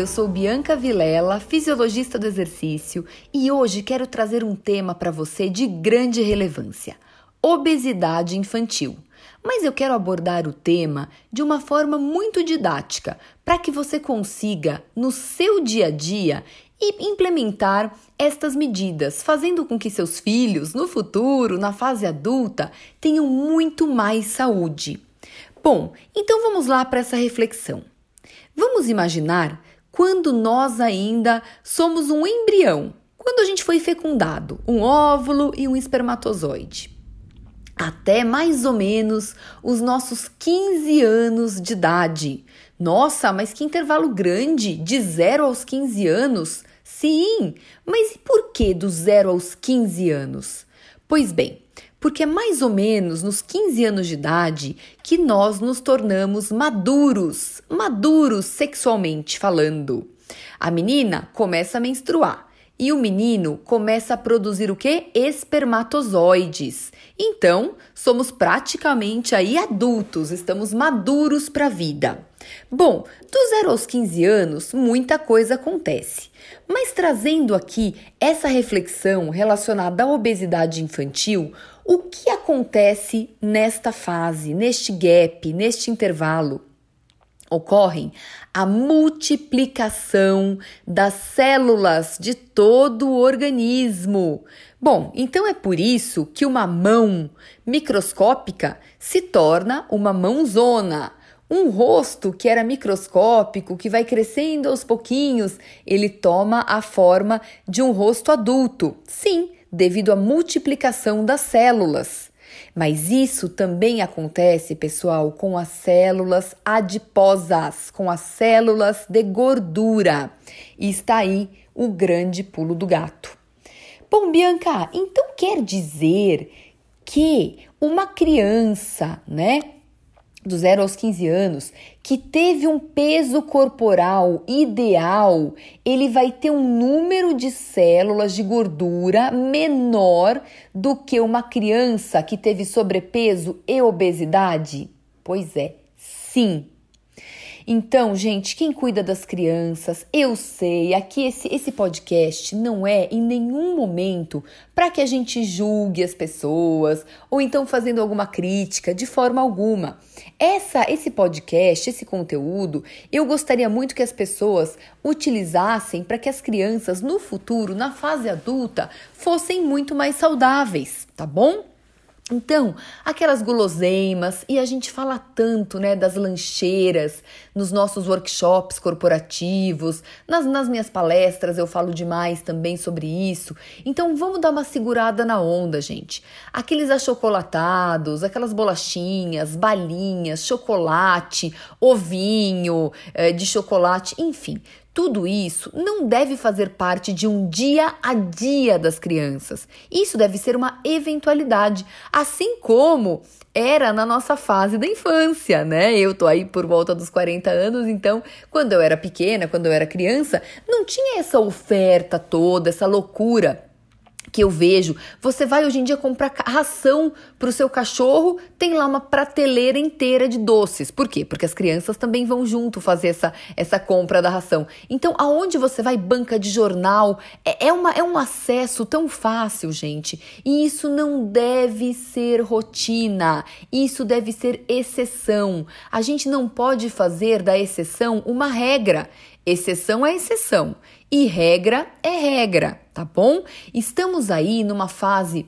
eu sou Bianca Vilela, fisiologista do exercício, e hoje quero trazer um tema para você de grande relevância: obesidade infantil. Mas eu quero abordar o tema de uma forma muito didática, para que você consiga, no seu dia a dia, implementar estas medidas, fazendo com que seus filhos, no futuro, na fase adulta, tenham muito mais saúde. Bom, então vamos lá para essa reflexão. Vamos imaginar quando nós ainda somos um embrião, quando a gente foi fecundado, um óvulo e um espermatozoide. Até mais ou menos os nossos 15 anos de idade. Nossa, mas que intervalo grande, de 0 aos 15 anos? Sim, mas e por que do 0 aos 15 anos? Pois bem, porque é mais ou menos nos 15 anos de idade que nós nos tornamos maduros sexualmente falando. A menina começa a menstruar e o menino começa a produzir o quê? Espermatozoides. Então, somos praticamente aí adultos, estamos maduros para a vida. Bom, do 0 aos 15 anos, muita coisa acontece. Mas trazendo aqui essa reflexão relacionada à obesidade infantil, o que acontece nesta fase, neste gap, neste intervalo? Ocorre a multiplicação das células de todo o organismo. Bom, então é por isso que uma mão microscópica se torna uma mãozona. Um rosto que era microscópico, que vai crescendo aos pouquinhos, ele toma a forma de um rosto adulto. Sim, devido à multiplicação das células. Mas isso também acontece, pessoal, com as células adiposas, com as células de gordura. E está aí o grande pulo do gato. Bom, Bianca, então quer dizer que uma criança, do 0 aos 15 anos, que teve um peso corporal ideal, ele vai ter um número de células de gordura menor do que uma criança que teve sobrepeso e obesidade? Pois é, sim. Então, gente, quem cuida das crianças, eu sei, aqui esse podcast não é em nenhum momento para que a gente julgue as pessoas ou então fazendo alguma crítica, de forma alguma. Esse podcast, esse conteúdo, eu gostaria muito que as pessoas utilizassem para que as crianças no futuro, na fase adulta, fossem muito mais saudáveis, tá bom? Então, aquelas guloseimas, e a gente fala tanto, das lancheiras, nos nossos workshops corporativos, nas minhas palestras eu falo demais também sobre isso. Então, vamos dar uma segurada na onda, gente. Aqueles achocolatados, aquelas bolachinhas, balinhas, chocolate, ovinho de chocolate, enfim. Tudo isso não deve fazer parte de um dia a dia das crianças. Isso deve ser uma eventualidade, assim como era na nossa fase da infância, Eu tô aí por volta dos 40 anos, então, quando eu era pequena, quando eu era criança, não tinha essa oferta toda, essa loucura que eu vejo. Você vai hoje em dia comprar ração para o seu cachorro, tem lá uma prateleira inteira de doces. Por quê? Porque as crianças também vão junto fazer essa compra da ração. Então, aonde você vai, banca de jornal, é um acesso tão fácil, gente. E isso não deve ser rotina, isso deve ser exceção. A gente não pode fazer da exceção uma regra. Exceção é exceção e regra é regra, tá bom? Estamos aí numa fase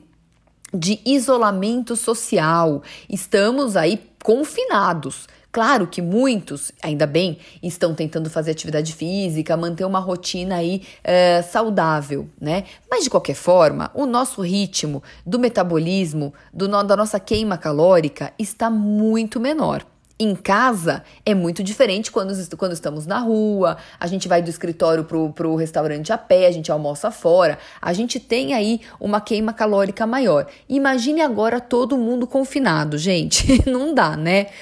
de isolamento social, estamos aí confinados. Claro que muitos, ainda bem, estão tentando fazer atividade física, manter uma rotina aí saudável, Mas de qualquer forma, o nosso ritmo do metabolismo, da nossa queima calórica está muito menor. Em casa é muito diferente quando estamos na rua, a gente vai do escritório pro restaurante a pé, a gente almoça fora, a gente tem aí uma queima calórica maior. Imagine agora todo mundo confinado, gente, não dá,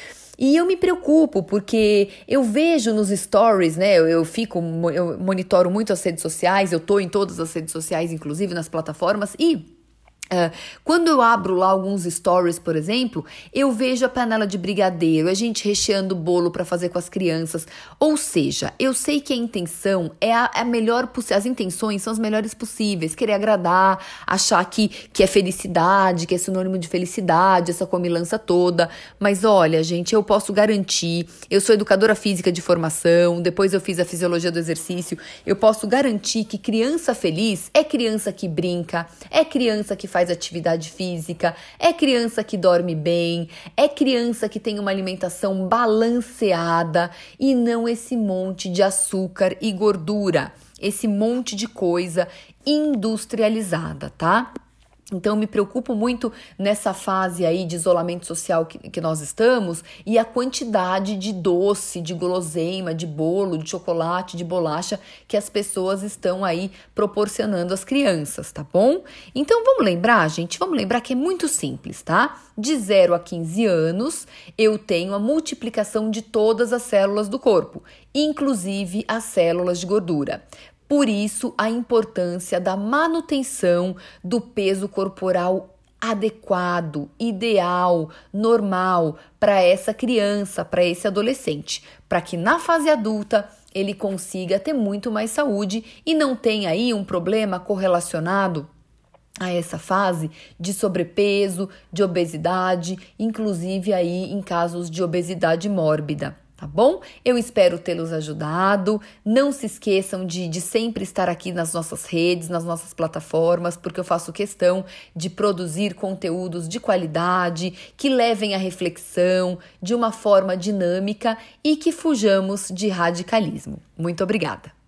E eu me preocupo porque eu vejo nos stories, eu monitoro muito as redes sociais, eu tô em todas as redes sociais, inclusive nas plataformas, e Quando eu abro lá alguns stories, por exemplo, eu vejo a panela de brigadeiro, a gente recheando o bolo para fazer com as crianças. Ou seja, eu sei que a intenção é a melhor possível, as intenções são as melhores possíveis, querer agradar, achar que é felicidade, que é sinônimo de felicidade, essa comilança toda. Mas olha, gente, eu posso garantir, eu sou educadora física de formação, depois eu fiz a fisiologia do exercício, eu posso garantir que criança feliz é criança que brinca, é criança que faz atividade física, é criança que dorme bem, é criança que tem uma alimentação balanceada e não esse monte de açúcar e gordura, esse monte de coisa industrializada, tá? Então, me preocupo muito nessa fase aí de isolamento social que nós estamos e a quantidade de doce, de guloseima, de bolo, de chocolate, de bolacha que as pessoas estão aí proporcionando às crianças, tá bom? Então, vamos lembrar, gente? Vamos lembrar que é muito simples, tá? De 0 a 15 anos, eu tenho a multiplicação de todas as células do corpo, inclusive as células de gordura. Por isso, a importância da manutenção do peso corporal adequado, ideal, normal para essa criança, para esse adolescente, para que na fase adulta ele consiga ter muito mais saúde e não tenha aí um problema correlacionado a essa fase de sobrepeso, de obesidade, inclusive aí em casos de obesidade mórbida. Tá bom? Eu espero tê-los ajudado. Não se esqueçam de sempre estar aqui nas nossas redes, nas nossas plataformas, porque eu faço questão de produzir conteúdos de qualidade, que levem à reflexão de uma forma dinâmica e que fujamos de radicalismo. Muito obrigada!